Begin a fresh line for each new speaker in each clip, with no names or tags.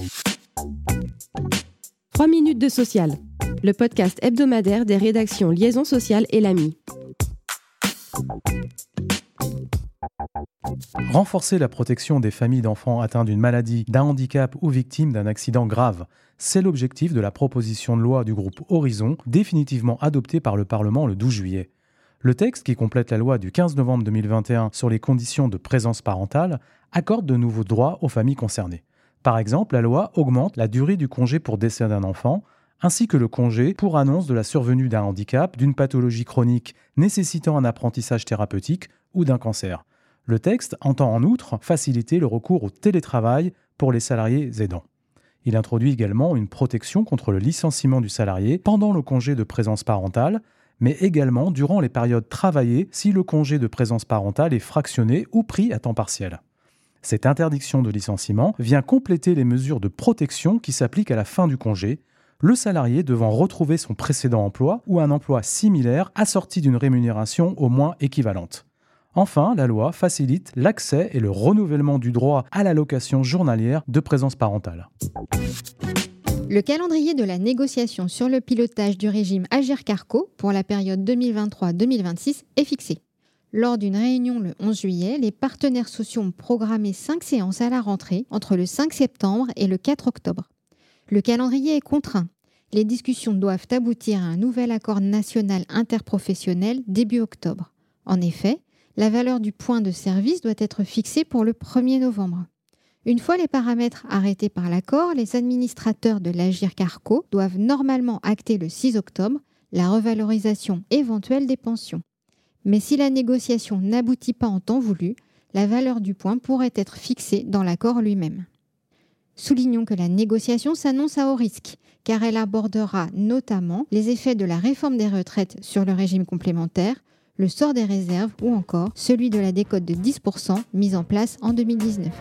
3 minutes de social, le podcast hebdomadaire des rédactions Liaison Sociale et l'AMI.
Renforcer la protection des familles d'enfants atteints d'une maladie, d'un handicap ou victimes d'un accident grave, c'est l'objectif de la proposition de loi du groupe Horizon, définitivement adoptée par le Parlement le 12 juillet. Le texte, qui complète la loi du 15 novembre 2021 sur les conditions de présence parentale, accorde de nouveaux droits aux familles concernées. Par exemple, la loi augmente la durée du congé pour décès d'un enfant, ainsi que le congé pour annonce de la survenue d'un handicap, d'une pathologie chronique nécessitant un apprentissage thérapeutique ou d'un cancer. Le texte entend en outre faciliter le recours au télétravail pour les salariés aidants. Il introduit également une protection contre le licenciement du salarié pendant le congé de présence parentale, mais également durant les périodes travaillées si le congé de présence parentale est fractionné ou pris à temps partiel. Cette interdiction de licenciement vient compléter les mesures de protection qui s'appliquent à la fin du congé, le salarié devant retrouver son précédent emploi ou un emploi similaire assorti d'une rémunération au moins équivalente. Enfin, la loi facilite l'accès et le renouvellement du droit à l'allocation journalière de présence parentale.
Le calendrier de la négociation sur le pilotage du régime Agirc-Arrco pour la période 2023-2026 est fixé. Lors d'une réunion le 11 juillet, les partenaires sociaux ont programmé 5 séances à la rentrée entre le 5 septembre et le 4 octobre. Le calendrier est contraint. Les discussions doivent aboutir à un nouvel accord national interprofessionnel début octobre. En effet, la valeur du point de service doit être fixée pour le 1er novembre. Une fois les paramètres arrêtés par l'accord, les administrateurs de l'Agirc-Arrco doivent normalement acter le 6 octobre la revalorisation éventuelle des pensions. Mais si la négociation n'aboutit pas en temps voulu, la valeur du point pourrait être fixée dans l'accord lui-même. Soulignons que la négociation s'annonce à haut risque, car elle abordera notamment les effets de la réforme des retraites sur le régime complémentaire, le sort des réserves ou encore celui de la décote de 10% mise en place en 2019.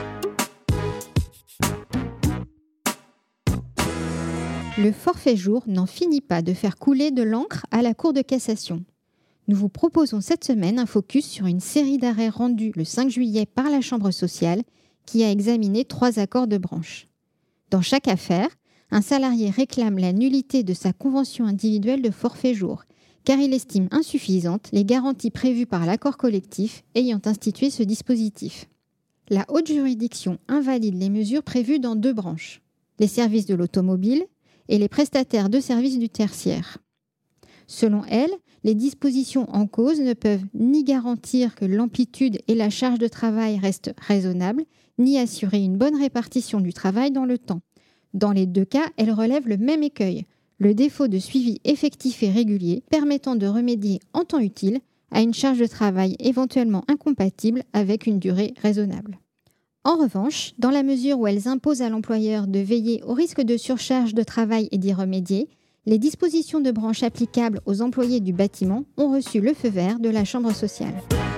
Le forfait jour n'en finit pas de faire couler de l'encre à la Cour de cassation. Nous vous proposons cette semaine un focus sur une série d'arrêts rendus le 5 juillet par la Chambre sociale qui a examiné 3 accords de branche. Dans chaque affaire, un salarié réclame la nullité de sa convention individuelle de forfait jour car il estime insuffisantes les garanties prévues par l'accord collectif ayant institué ce dispositif. La haute juridiction invalide les mesures prévues dans 2 branches, les services de l'automobile et les prestataires de services du tertiaire. Selon elle, les dispositions en cause ne peuvent ni garantir que l'amplitude et la charge de travail restent raisonnables, ni assurer une bonne répartition du travail dans le temps. Dans les 2 cas, elles relèvent le même écueil, le défaut de suivi effectif et régulier permettant de remédier en temps utile à une charge de travail éventuellement incompatible avec une durée raisonnable. En revanche, dans la mesure où elles imposent à l'employeur de veiller au risque de surcharge de travail et d'y remédier, les dispositions de branche applicables aux employés du bâtiment ont reçu le feu vert de la Chambre sociale.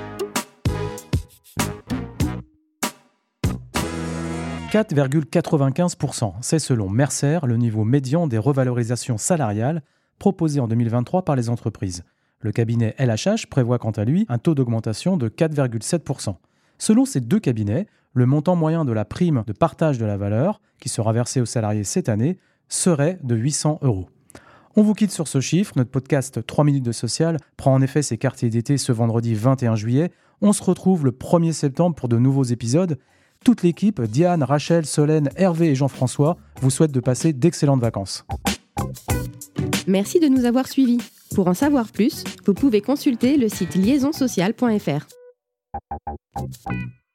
«
4,95%, c'est selon Mercer le niveau médian des revalorisations salariales proposées en 2023 par les entreprises. Le cabinet LHH prévoit quant à lui un taux d'augmentation de 4,7%. Selon ces 2 cabinets, le montant moyen de la prime de partage de la valeur, qui sera versée aux salariés cette année, serait de 800 €. On vous quitte sur ce chiffre. Notre podcast 3 minutes de social prend en effet ses quartiers d'été ce vendredi 21 juillet. On se retrouve le 1er septembre pour de nouveaux épisodes. Toute l'équipe, Diane, Rachel, Solène, Hervé et Jean-François, vous souhaite de passer d'excellentes vacances.
Merci de nous avoir suivis. Pour en savoir plus, vous pouvez consulter le site liaisonsociale.fr.